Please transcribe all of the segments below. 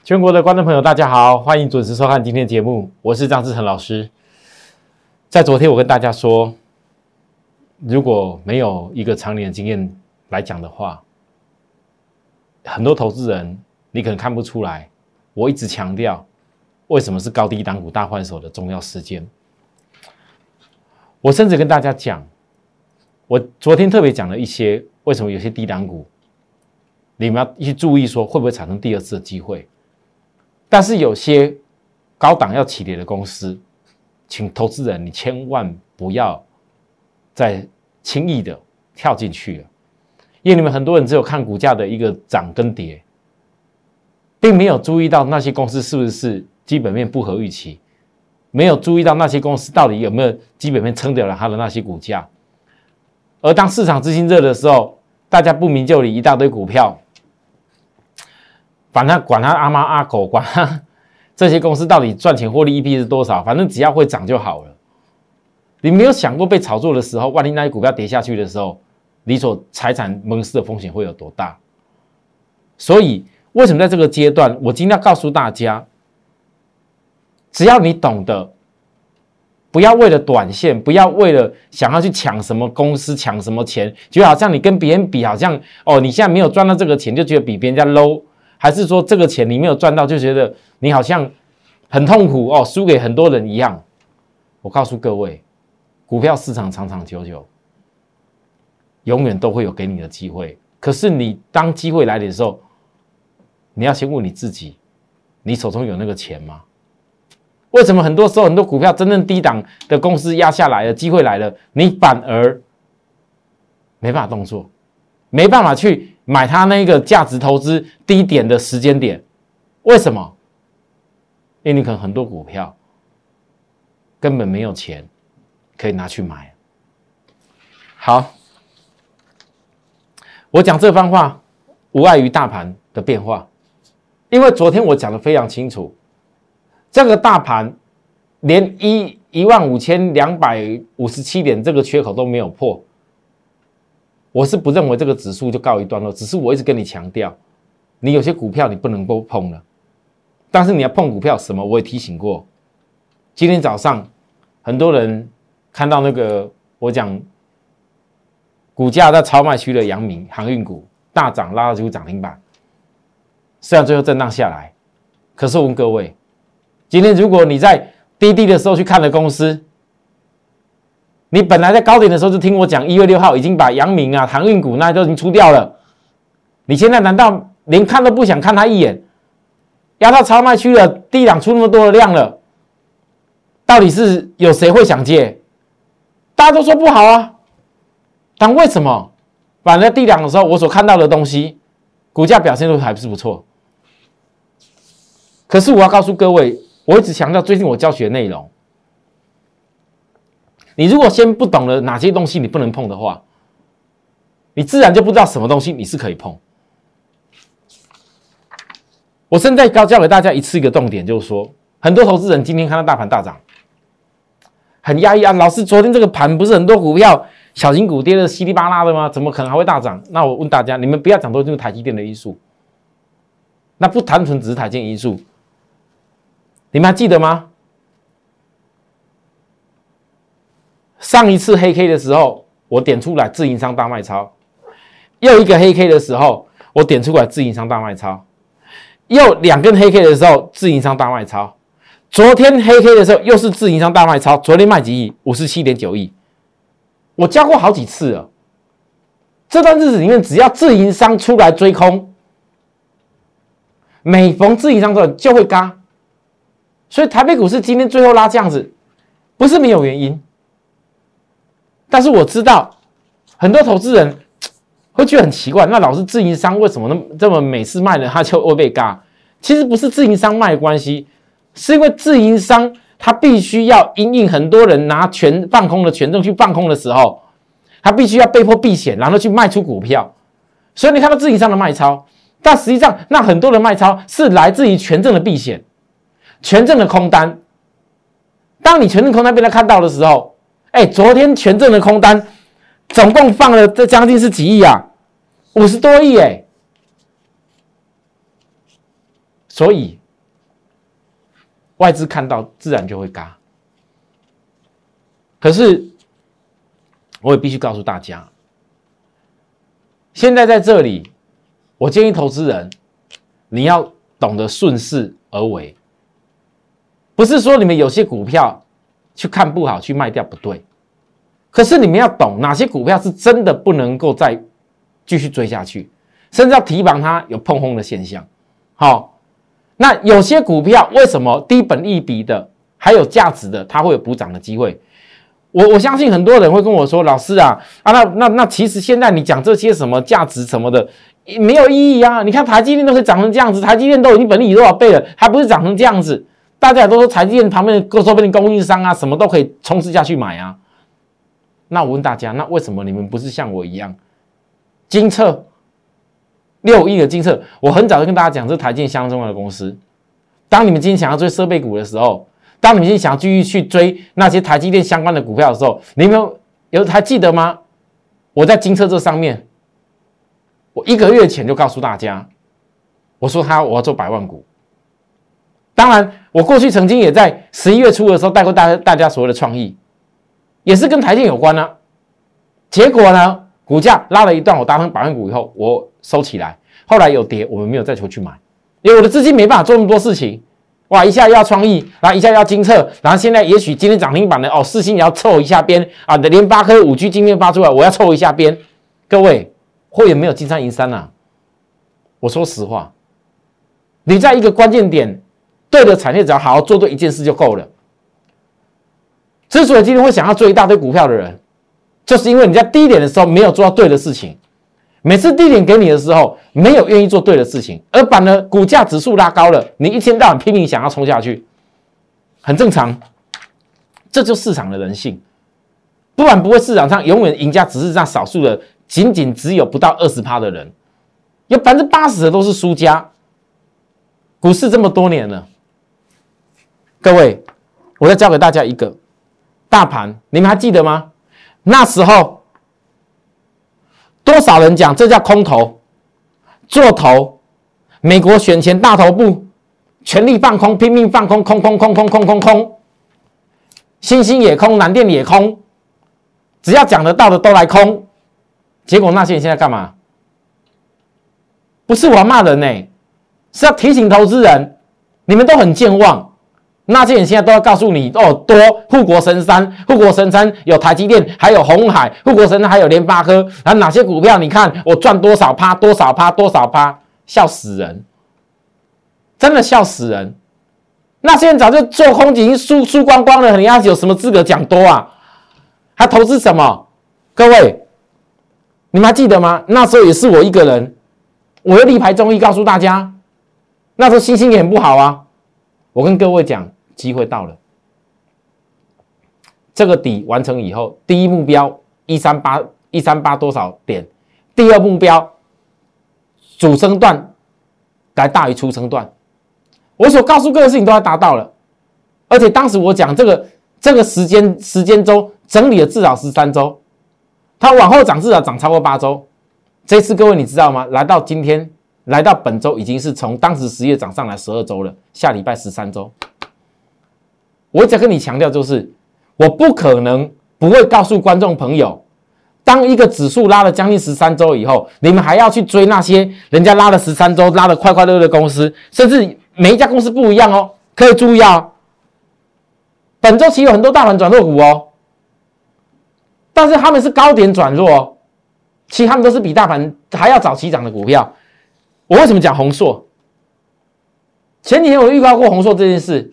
全国的观众朋友，大家好，欢迎准时收看今天的节目，我是张志成老师。在昨天我跟大家说，如果没有一个常年的经验来讲的话，很多投资人你可能看不出来，我一直强调为什么是高低档股大换手的重要事件。我甚至跟大家讲，我昨天特别讲了一些为什么有些低档股你们要去注意说会不会产生第二次的机会。但是有些高档要起跌的公司，请投资人你千万不要再轻易的跳进去了，因为你们很多人只有看股价的一个涨跟跌，并没有注意到那些公司是不是基本面不合预期，没有注意到那些公司到底有没有基本面撑得了它的那些股价。而当市场资金热的时候，大家不明就里一大堆股票，管他阿猫阿狗，管他这些公司到底赚钱获利 EP 是多少，反正只要会涨就好了。你没有想过被炒作的时候，万一那些股票跌下去的时候，你所财产蒙失的风险会有多大？所以为什么在这个阶段，我今天要告诉大家，只要你懂得，不要为了短线，不要为了想要去抢什么公司、抢什么钱，觉得好像你跟别人比，好像你现在没有赚到这个钱，就觉得比别人家 low。还是说这个钱你没有赚到，就觉得你好像很痛苦输给很多人一样。我告诉各位，股票市场长长久久，永远都会有给你的机会。可是你当机会来的时候，你要先问你自己，你手中有那个钱吗？为什么很多时候很多股票真正低档的公司压下来了，机会来了，你反而没办法动作，没办法去买它那个价值投资低点的时间点？为什么？因为你可能很多股票根本没有钱可以拿去买。好，我讲这番话无碍于大盘的变化，因为昨天我讲得非常清楚，这个大盘连15257点这个缺口都没有破，我是不认为这个指数就告一段落，只是我一直跟你强调，你有些股票你不能够碰了，但是你要碰股票什么，我也提醒过。今天早上很多人看到那个我讲股价在超卖区的阳明航运股大涨，拉到几乎涨停板，虽然最后震荡下来，可是我问各位，今天如果你在低的时候去看了公司，你本来在高点的时候就听我讲，1月6号已经把阳明啊、航运股那都已经出掉了，你现在难道连看都不想看它一眼？压到超卖区了，低档出那么多的量了，到底是有谁会想接？大家都说不好啊，但为什么反而在低档的时候，我所看到的东西，股价表现都还是不错？可是我要告诉各位，我一直强调最近我教学的内容，你如果先不懂得哪些东西你不能碰的话，你自然就不知道什么东西你是可以碰。我现在教给大家一个重点，就是说，很多投资人今天看到大盘大涨，很压抑啊。老师，昨天这个盘不是很多股票小型股跌得稀里巴拉的吗？怎么可能还会大涨？那我问大家，你们不要讲都是台积电的因素，那不单纯只是台积电因素，你们还记得吗？上一次黑 K 的时候，我点出来自营商大卖超；又一个黑 K 的时候，我点出来自营商大卖超；又2根黑 K 的时候，自营商大卖超。昨天黑 K 的时候，又是自营商大卖超。昨天卖几亿？57.9亿。我教过好几次了。这段日子里面，只要自营商出来追空，每逢自营商就会嘎。所以台北股市今天最后拉这样子，不是没有原因。但是我知道很多投资人会觉得很奇怪，那老师自营商为什么这么每次卖了他就会被嘎？其实不是自营商卖的关系，是因为自营商他必须要因应很多人拿放空的权重去放空的时候，他必须要被迫避险，然后去卖出股票。所以你看到自营商的卖超，但实际上那很多的卖超是来自于权证的避险、权证的空单。当你权证空单被他看到的时候，昨天权证的空单总共放了这将近是几亿啊，50多亿所以外资看到自然就会嘎。可是我也必须告诉大家，现在在这里，我建议投资人你要懂得顺势而为，不是说你们有些股票去看不好去卖掉不对，可是你们要懂哪些股票是真的不能够再继续追下去，甚至要提防它有碰轰的现象。好，那有些股票为什么低本益比的还有价值的它会有补涨的机会？我相信很多人会跟我说，老师啊，那其实现在你讲这些什么价值什么的没有意义啊！你看台积电都可以涨成这样子，台积电都已经本益比多少倍了，还不是涨成这样子？大家也都说台积电旁边的周边的供应商啊，什么都可以冲刺下去买啊。那我问大家，那为什么你们不是像我一样，精测6亿的精测？我很早就跟大家讲，这是台积电相当重要的公司。当你们今天想要追设备股的时候，当你们今天想要继续去追那些台积电相关的股票的时候，你们还记得吗？我在精测这上面，我1个月前就告诉大家，我说我要做100万股。当然，我过去曾经也在11月初的时候带过大家所谓的创意，也是跟台积电有关啊。结果呢，股价拉了一段，我达成100万股以后，我收起来。后来有跌，我们没有再去买，因为我的资金没办法做那么多事情。哇，一下要创意，然后一下要精测，然后现在也许今天涨停板的世芯也要凑一下边啊，你的联发科5G 晶片发出来，我要凑一下边。各位，会员没有金山银山啊。我说实话，你在一个关键点，对的产业只要好好做对一件事就够了。之所以今天会想要追一大堆股票的人，就是因为你在低点的时候没有做到对的事情，每次低点给你的时候没有愿意做对的事情，而把呢股价指数拉高了，你一天到晚拼命想要冲下去，很正常，这就是市场的人性。不然不会市场上永远赢家只是这样少数的，仅只有不到20%的人，有80%的都是输家。股市这么多年了，各位，我再教给大家一个大盘，你们还记得吗？那时候多少人讲这叫空头、做头，美国选前大头部全力放空，拼命放空，空，新兴也空，南电也空，只要讲得到的都来空。结果那些人现在干嘛？不是我要骂人呢，是要提醒投资人，你们都很健忘。那些人现在都要告诉你多护国神山，护国神山有台积电，还有鸿海，护国神山还有联发科，然后哪些股票你看我赚多少趴，笑死人，真的笑死人。那些人早就做空已经输光光了，你要有什么资格讲多啊？还投资什么？各位，你们还记得吗？那时候也是我一个人，我又力排众议告诉大家，那时候星星也很不好啊。我跟各位讲，机会到了，这个底完成以后，第一目标138多少点，第二目标主升段来大于出升段，我所告诉各位的事情都要达到了。而且当时我讲这个时间周整理了至少13周，它往后涨至少涨超过8周。这次各位你知道吗？来到今天，来到本周已经是从当时10月涨上来12周了，下礼拜13周。我一直跟你强调，就是我不可能不会告诉观众朋友，当一个指数拉了将近13周以后，你们还要去追那些人家拉了13周拉得快乐的公司，甚至每一家公司不一样哦，可以注意啊。本周期有很多大盘转弱股哦，但是他们是高点转弱哦，其实他们都是比大盘还要早起涨的股票。我为什么讲宏硕？前几天我预告过宏硕这件事。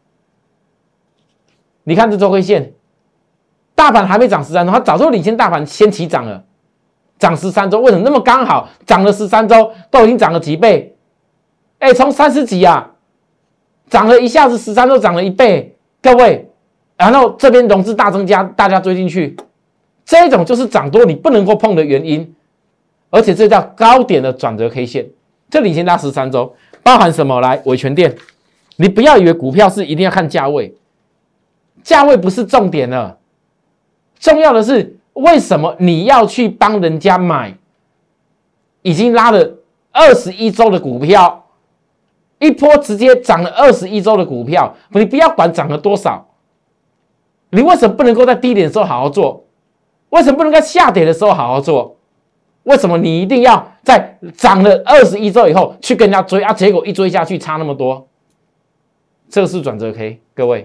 你看这周 K 线，大盘还没涨13周，它早就领先大盘先起涨了，涨13周，为什么那么刚好涨了13周，都已经涨了几倍？从30几啊，涨了一下子13周涨了1倍，各位，然后这边融资大增加，大家追进去，这种就是涨多你不能够碰的原因，而且这叫高点的转折 K 线，这领先拉13周，包含什么？来，伟全电，你不要以为股票是一定要看价位。价位不是重点了，重要的是为什么你要去帮人家买已经拉了21周的股票， 一波直接涨了21周的股票，你不要管涨了多少，你为什么不能够在低点的时候好好做？为什么不能在下跌的时候好好做？为什么你一定要在涨了21周以后去跟人家追啊？结果一追下去差那么多，这个是转折 K， 各位，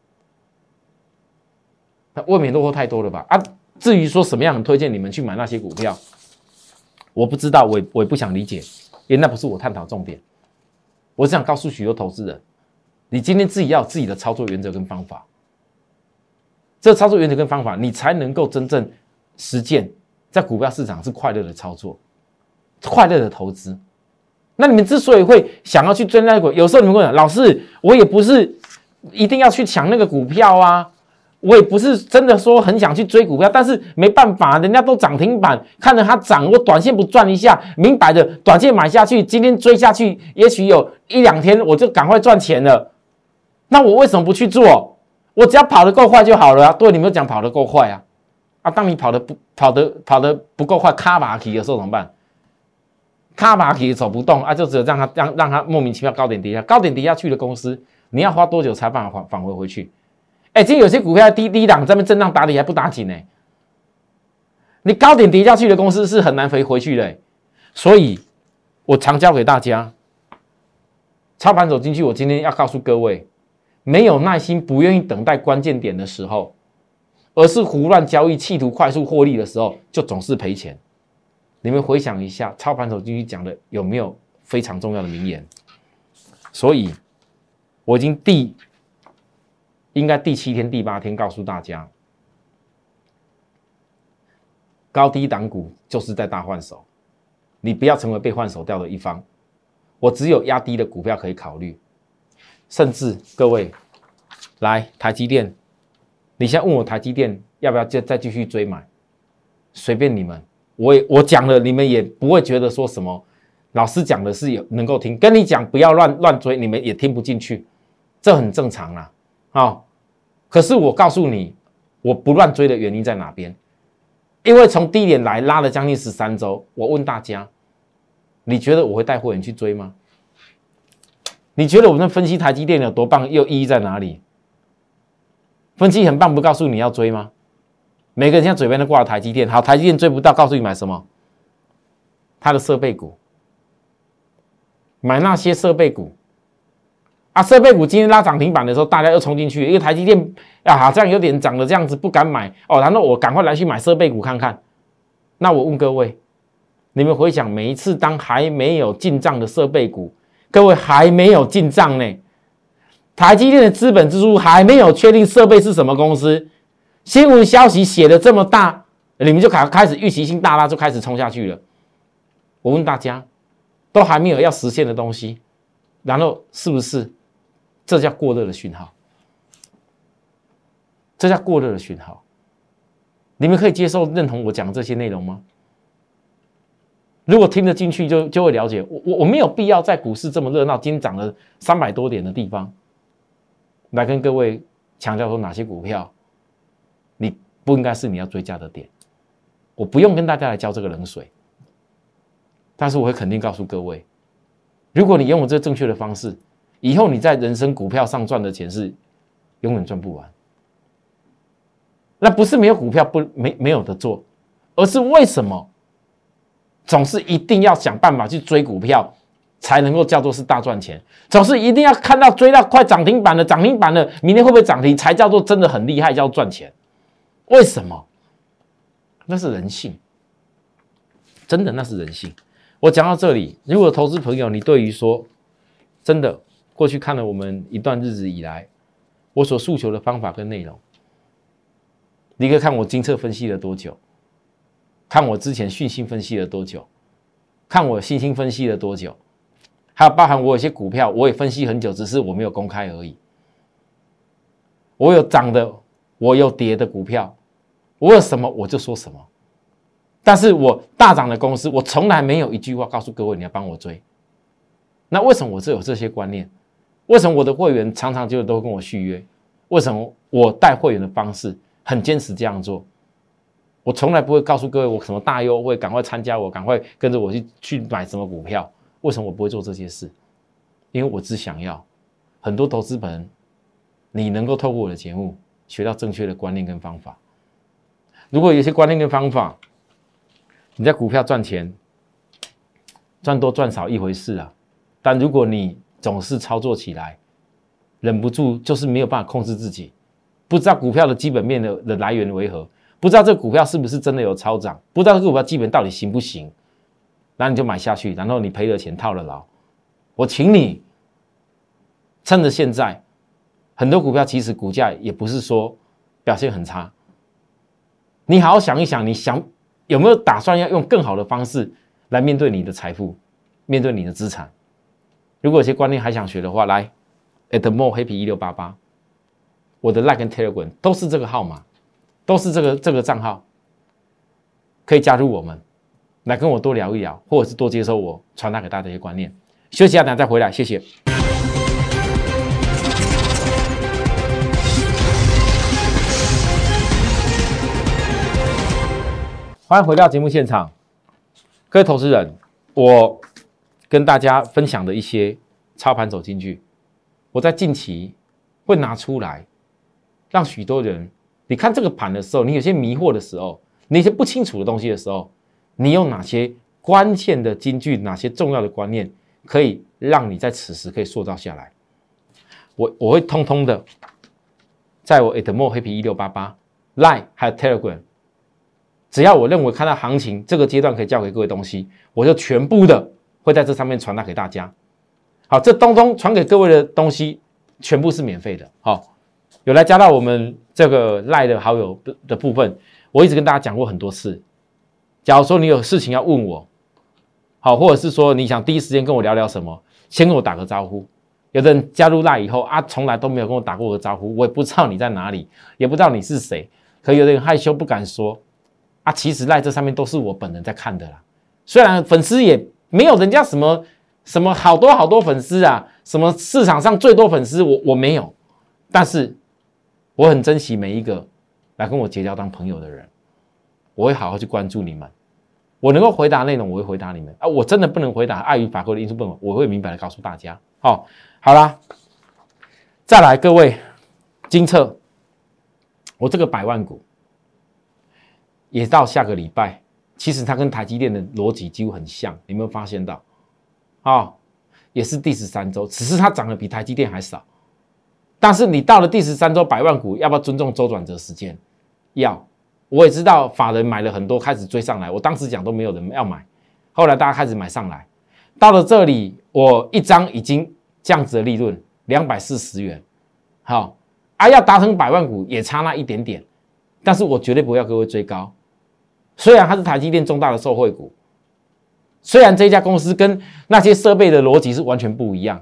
那未免落后太多了吧？啊，至于说什么样推荐你们去买那些股票，我不知道，我也不想理解，因为那不是我探讨重点。我只想告诉许多投资人，你今天自己要有自己的操作原则跟方法。这个操作原则跟方法，你才能够真正实践在股票市场是快乐的操作，快乐的投资。那你们之所以会想要去追那个股，有时候你们会讲，老师，我也不是一定要去抢那个股票啊，我也不是真的说很想去追股票，但是没办法，人家都涨停板，看着它涨，我短线不赚一下，明摆的短线买下去，今天追下去，也许有1-2天我就赶快赚钱了。那我为什么不去做？我只要跑得够快就好了啊！对，你们讲跑得够快啊！啊，当你跑得不够快，卡马起的时候怎么办？卡马起走不动啊，就只有让它莫名其妙高点跌下，高点跌下去的公司，你要花多久才办法返回去？哎，今天有些股票低档在那边震荡打底还不打紧呢，你高点跌下去的公司是很难回去的，所以我常教给大家，操盘手进去，我今天要告诉各位。没有耐心、不愿意等待关键点的时候，而是胡乱交易、企图快速获利的时候，就总是赔钱。你们回想一下，操盘手进去讲的有没有非常重要的名言？所以，我已经应该第7天、第8天告诉大家，高低档股就是在大换手，你不要成为被换手掉的一方。我只有压低的股票可以考虑。甚至各位来台积电，你现在问我台积电要不要再继续追买，随便你们，我讲了，你们也不会觉得说什么。老师讲的是能够听，跟你讲不要乱追，你们也听不进去，这很正常啦。好，可是我告诉你，我不乱追的原因在哪边？因为从低点来拉了将近13周，我问大家，你觉得我会带会员去追吗？你觉得我们分析台积电有多棒，又意义在哪里？分析很棒，不告诉你要追吗？每个人现在嘴边都挂了台积电，好，台积电追不到，告诉你买什么？它的设备股，买那些设备股啊！设备股今天拉涨停板的时候，大家又冲进去，因为台积电啊，好像有点涨了，这样子不敢买哦，然后我赶快来去买设备股看看。那我问各位，你们回想每一次当还没有进账的设备股，各位还没有进账呢，台积电的资本支出还没有确定设备是什么公司，新闻消息写的这么大，你们就开始预期性大拉，就开始冲下去了。我问大家，都还没有要实现的东西，然后是不是这叫过热的讯号？这叫过热的讯号。你们可以接受认同我讲的这些内容吗？如果听得进去就会了解，我没有必要在股市这么热闹，今天涨了300多点的地方，来跟各位强调说哪些股票你不应该是你要追加的点。我不用跟大家来浇这个冷水，但是我会肯定告诉各位，如果你拥有这正确的方式，以后你在人生股票上赚的钱是永远赚不完。那不是没有股票没有的做，而是为什么总是一定要想办法去追股票，才能够叫做是大赚钱。总是一定要看到追到快涨停板了，明天会不会涨停，才叫做真的很厉害，叫赚钱。为什么？那是人性，真的那是人性。我讲到这里，如果投资朋友你对于说真的过去看了我们一段日子以来，我所诉求的方法跟内容，你可以看我精测分析了多久。看我之前讯息分析了多久，看我信心分析了多久，还有包含我有些股票我也分析很久，只是我没有公开而已。我有涨的，我有跌的股票，我有什么我就说什么。但是我大涨的公司，我从来没有一句话告诉各位你要帮我追。那为什么我有这些观念？为什么我的会员常常就都跟我续约？为什么我带会员的方式很坚持这样做？我从来不会告诉各位我什么大优惠，赶快参加我，赶快跟着我去买什么股票。为什么我不会做这些事？ 因为我只想要很多投资人，你能够透过我的节目学到正确的观念跟方法。如果有些观念跟方法，你在股票赚钱，赚多赚少一回事啊。但如果你总是操作起来，忍不住就是没有办法控制自己，不知道股票的基本面的来源为何，不知道这个股票是不是真的有超涨，不知道这个股票基本到底行不行，然后你就买下去，然后你赔了钱套了牢。我请你趁着现在，很多股票其实股价也不是说表现很差，你好好想一想，你想有没有打算要用更好的方式来面对你的财富，面对你的资产？如果有些观念还想学的话，来 @morehappy1688，我的 Line 跟 Telegram 都是这个号码，都是这个账号，可以加入我们，来跟我多聊一聊，或者是多接收我传达给大家的一些观念。休息一下，等下再回来，谢谢。欢迎回到节目现场，各位投资人，我跟大家分享的一些操盘手金句，我在近期会拿出来，让许多人，你看这个盘的时候，你有些迷惑的时候，你有些不清楚的东西的时候，你有哪些关键的金句，哪些重要的观念，可以让你在此时可以塑造下来。我会通通的在我 @morehappy1688 Line 还有 Telegram。只要我认为看到行情这个阶段可以教给各位东西，我就全部的会在这上面传达给大家。好，这通通传给各位的东西全部是免费的。好，有来加到我们这个 LINE 的好友的部分，我一直跟大家讲过很多次。假如说你有事情要问我，好，或者是说你想第一时间跟我聊聊什么，先跟我打个招呼。有的人加入 LINE 以后啊，从来都没有跟我打过个招呼，我也不知道你在哪里，也不知道你是谁。可有的人害羞不敢说。啊，其实赖这上面都是我本人在看的啦。虽然粉丝也没有人家什么好多粉丝啊，什么市场上最多粉丝我没有，但是我很珍惜每一个来跟我结交当朋友的人，我会好好去关注你们。我能够回答内容，我会回答你们啊。我真的不能回答，碍于法规的因素不能，我会明白的告诉大家。好啦，再来各位，精测，我这个100万股。也到下个礼拜，其实它跟台积电的逻辑几乎很像，你有没有发现到？也是第13周，只是它涨得比台积电还少。但是你到了第13周100万股，要不要尊重周转折时间？要。我也知道法人买了很多，开始追上来。我当时讲都没有人要买，后来大家开始买上来。到了这里，我一张已经这样子的利润240元。好，要达成100万股也差那一点点，但是我绝对不会要各位追高。虽然它是台积电重大的受惠股，虽然这家公司跟那些设备的逻辑是完全不一样，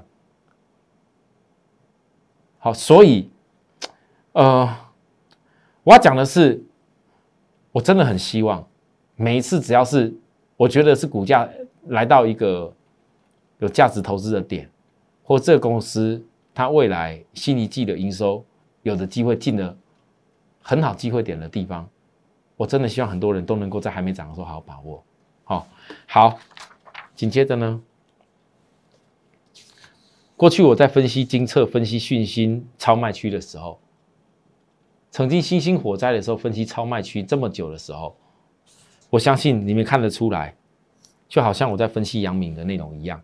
好，所以，我要讲的是，我真的很希望每一次只要是我觉得是股价来到一个有价值投资的点，或这个公司它未来新一季的营收有的机会进了很好机会点的地方。我真的希望很多人都能够在还没涨的时候好好把握。好，紧接着呢，过去我在分析精测、分析讯芯超卖区的时候，曾经星星火灾的时候分析超卖区这么久的时候，我相信你们看得出来，就好像我在分析阳明的内容一样。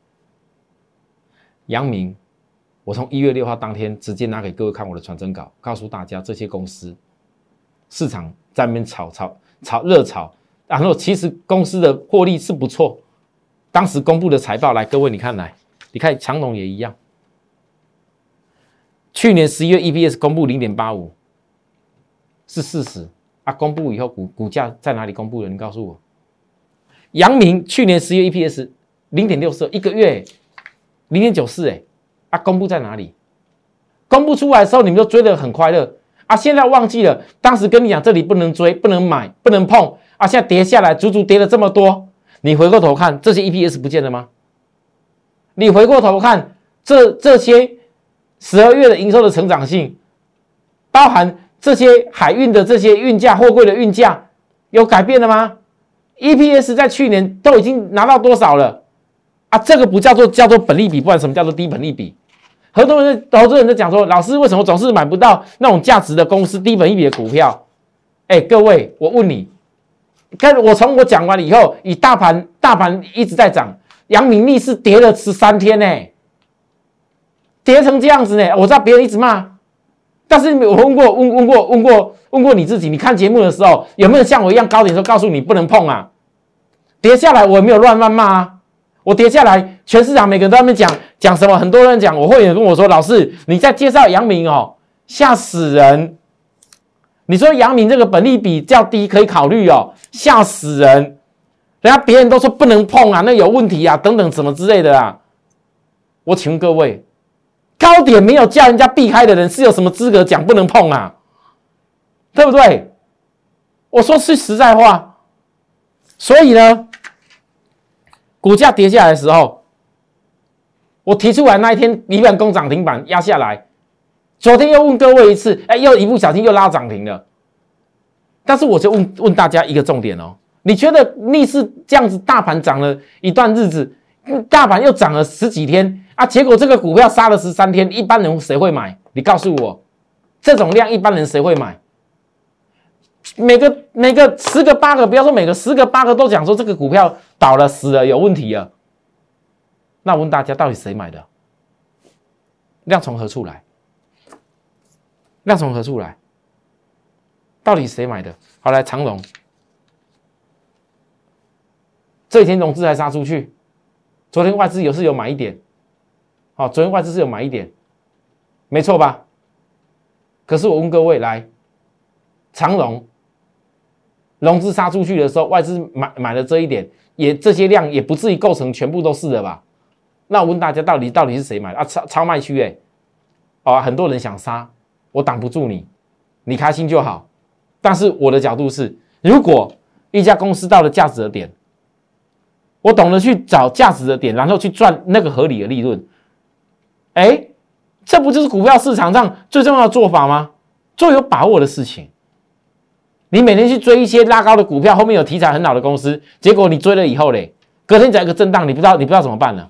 阳明，我从1月6号当天直接拿给各位看我的传真稿，告诉大家这些公司市场在那边热炒，然后其实公司的获利是不错。当时公布的财报来，各位你看长荣也一样。去年11月 EPS 公布 0.85 是事实啊，公布以后股价在哪里公布的？你告诉我。阳明去年10月 EPS 0.62，一个月 0.94 公布在哪里？公布出来的时候你们都追得很快乐啊，现在忘记了，当时跟你讲这里不能追、不能买、不能碰啊，现在跌下来，足足跌了这么多，你回过头看，这些 EPS 不见了吗？你回过头看这些12月的营收的成长性，包含这些海运的这些运价、货柜的运价，有改变了吗？ EPS 在去年都已经拿到多少了？ 啊，这个不叫做本利比，不然什么叫做低本利比？很多人在讲说，老师为什么总是买不到那种价值的公司、低本益比的股票？各位，我问你，从我讲完了以后，以大盘一直在涨，阳明力是跌了13天呢，跌成这样子呢。我知道别人一直骂，但是我问过你自己，你看节目的时候有没有像我一样高点的时候告诉你不能碰啊？跌下来我也没有乱骂啊。我跌下来，全市场每个人都在那边讲什么？很多人讲，我会员跟我说：“老师，你在介绍阳明哦，吓死人！你说阳明这个本利比较低，可以考虑哦，吓死人！人家别人都说不能碰啊，那有问题啊，等等什么之类的啊。我请问各位，高点没有叫人家避开的人，是有什么资格讲不能碰啊？对不对？我说是实在话，所以呢。”股价跌下来的时候，我提出来那一天，离板攻涨停板压下来。昨天又问各位一次，又一不小心又拉涨停了。但是我就问大家一个重点哦，你觉得逆势这样子，大盘涨了一段日子，大盘又涨了10几天啊，结果这个股票杀了13天，一般人谁会买？你告诉我，这种量一般人谁会买？每个10个8个，不要说每个10个8个都讲说这个股票倒了死了有问题了。那我问大家，到底谁买的？量从何处来？量从何处来？到底谁买的？好，来长荣，这几天融资还杀出去，昨天外资有买一点，好，昨天外资是有买一点，没错吧？可是我问各位，来长荣。融资杀出去的时候，外资买了这一点，这些量也不至于构成全部都是的吧？那我问大家，到底是谁买的啊？超卖区很多人想杀，我挡不住你，你开心就好。但是我的角度是，如果一家公司到了价值的点，我懂得去找价值的点，然后去赚那个合理的利润，这不就是股票市场上最重要的做法吗？做有把握的事情。你每天去追一些拉高的股票，后面有题材很好的公司，结果你追了以后嘞，隔天再一个震荡，你不知道怎么办了。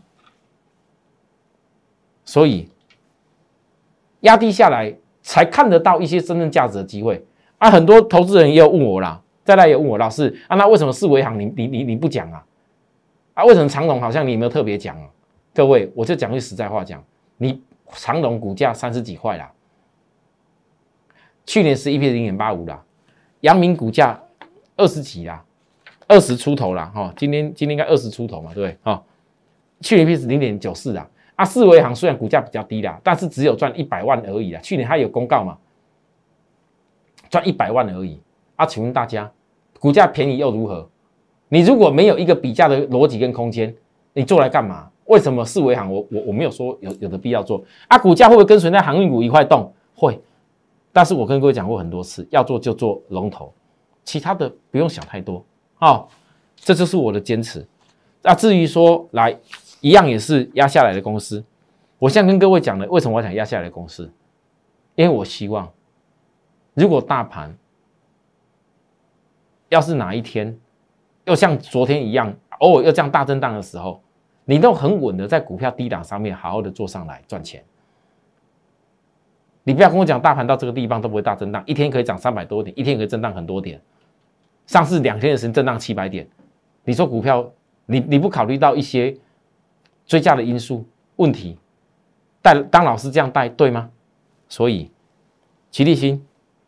所以压低下来，才看得到一些真正价值的机会啊！很多投资人也有问我啦，再来也问我老师啊，那为什么四维行你不讲啊？啊，为什么长荣好像你也没有特别讲啊？各位，我就讲句实在话讲，你长荣股价30几块啦，去年是 EPS 0.85啦。阳明股价20几啦，20出头啦，今天应该20出头嘛，对不对？去年 EPS 0.94啦，啊，四维行虽然股价比较低啦，但是只有赚100万而已啦。去年它有公告嘛，赚100万而已啊。请问大家，股价便宜又如何？你如果没有一个比价的逻辑跟空间，你做来干嘛？为什么四维行我没有说有的必要做啊？股价会不会跟随那航运股一块动？会。但是我跟各位讲过很多次，要做就做龙头，其他的不用想太多。这就是我的坚持。那至于说来一样也是压下来的公司，我现在跟各位讲了，为什么我想压下来的公司？因为我希望，如果大盘要是哪一天又像昨天一样，偶尔又这样大震荡的时候，你都很稳的在股票低档上面好好的做上来赚钱。你不要跟我讲大盘到这个地方都不会大震荡，一天可以涨300多点，一天可以震荡很多点。上次2天的时间震荡700点，你说股票你不考虑到一些追价的因素问题，当老师这样带对吗？所以齐立新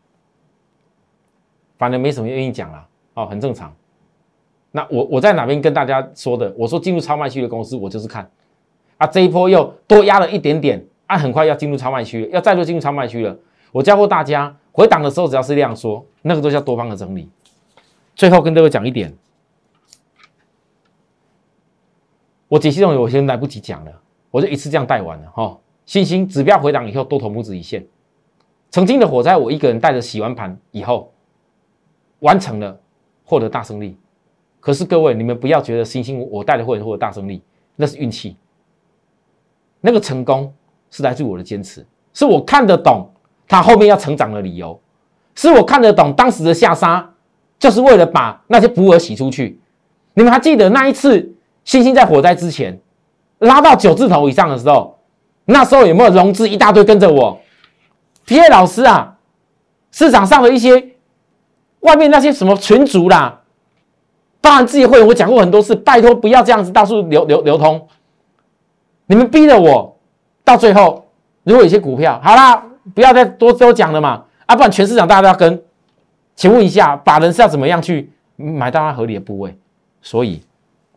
反正没什么愿意讲啦，很正常。那我在哪边跟大家说的？我说进入超卖区的公司，我就是看啊，这一波又多压了一点点。很快要进入超卖区了，要再度进入超卖区了。我教过大家，回档的时候只要是量缩，那个都叫多方的整理。最后跟各位讲一点，我解析中我先来不及讲了，我就一次这样带完了星星指标回档以后，多头拇指一线。曾经的火灾，我一个人带着洗完盘以后，完成了，获得大胜利。可是各位，你们不要觉得星星我带的会获得大胜利，那是运气。那个成功是来自我的坚持，是我看得懂它后面要成长的理由，是我看得懂当时的下杀就是为了把那些浮额洗出去。你们还记得那一次星星在火灾之前， 拉到9字头以上的时候，那时候有没有融资一大堆跟着我？皮耶老师啊，市场上的一些外面那些什么群组啦，当然自己会员我讲过很多次，拜托不要这样子到处流通。你们逼着我，到最后如果有些股票，好啦，不要再多讲了嘛，不然全市场大家都要跟。请问一下，法人是要怎么样去买到它合理的部位？所以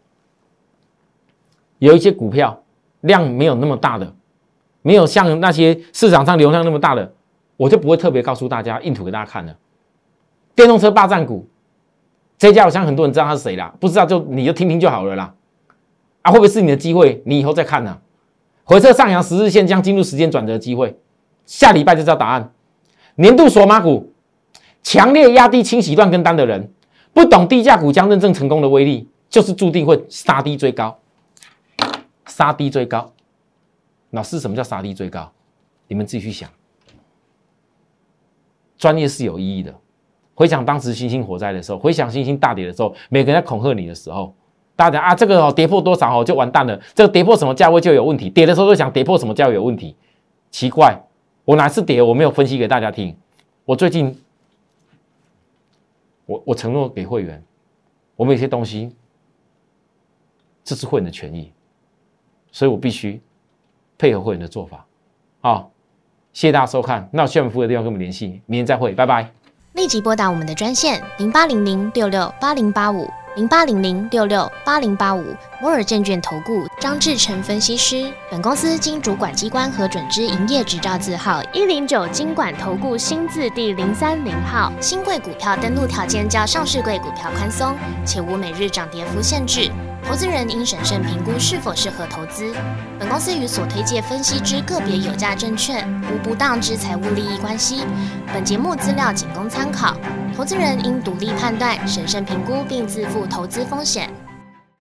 有一些股票量没有那么大的，没有像那些市场上流量那么大的，我就不会特别告诉大家，印图给大家看了。电动车霸占股，这家我相信很多人知道他是谁啦，不知道你就听听就好了啦。会不会是你的机会？你以后再看啊。回撤上扬10日线将进入时间转折的机会，下礼拜就知道答案。年度索马股，强烈压低清洗乱跟单的人，不懂低价股将认证成功的威力，就是注定会杀低追高。杀低追高，老师什么叫杀低追高？你们自己去想。专业是有意义的。回想当时星星火灾的时候，回想星星大跌的时候，每个人在恐吓你的时候，大家讲这个跌破多少就完蛋了，这个跌破什么价位就有问题，跌的时候就想跌破什么价位有问题。奇怪，我哪次跌我没有分析给大家听？我最近我承诺给会员，我们有些东西，这是会员的权益，所以我必须配合会员的做法。好，谢谢大家收看。那有需要我们服务的地方跟我们联系，明天再会，拜拜。 立即拨打我们的专线0800668085 0800668085摩尔证券投顾张志成分析师。本公司经主管机关核准之营业执照字号109金管投顾新字第030号。新贵股票登录条件较上市贵股票宽松，且无每日涨跌幅限制。投资人应审慎评估是否适合投资。本公司与所推介分析之个别有价证券无不当之财务利益关系。本节目资料仅供参考，投资人应独立判断、审慎评估并自负投资风险。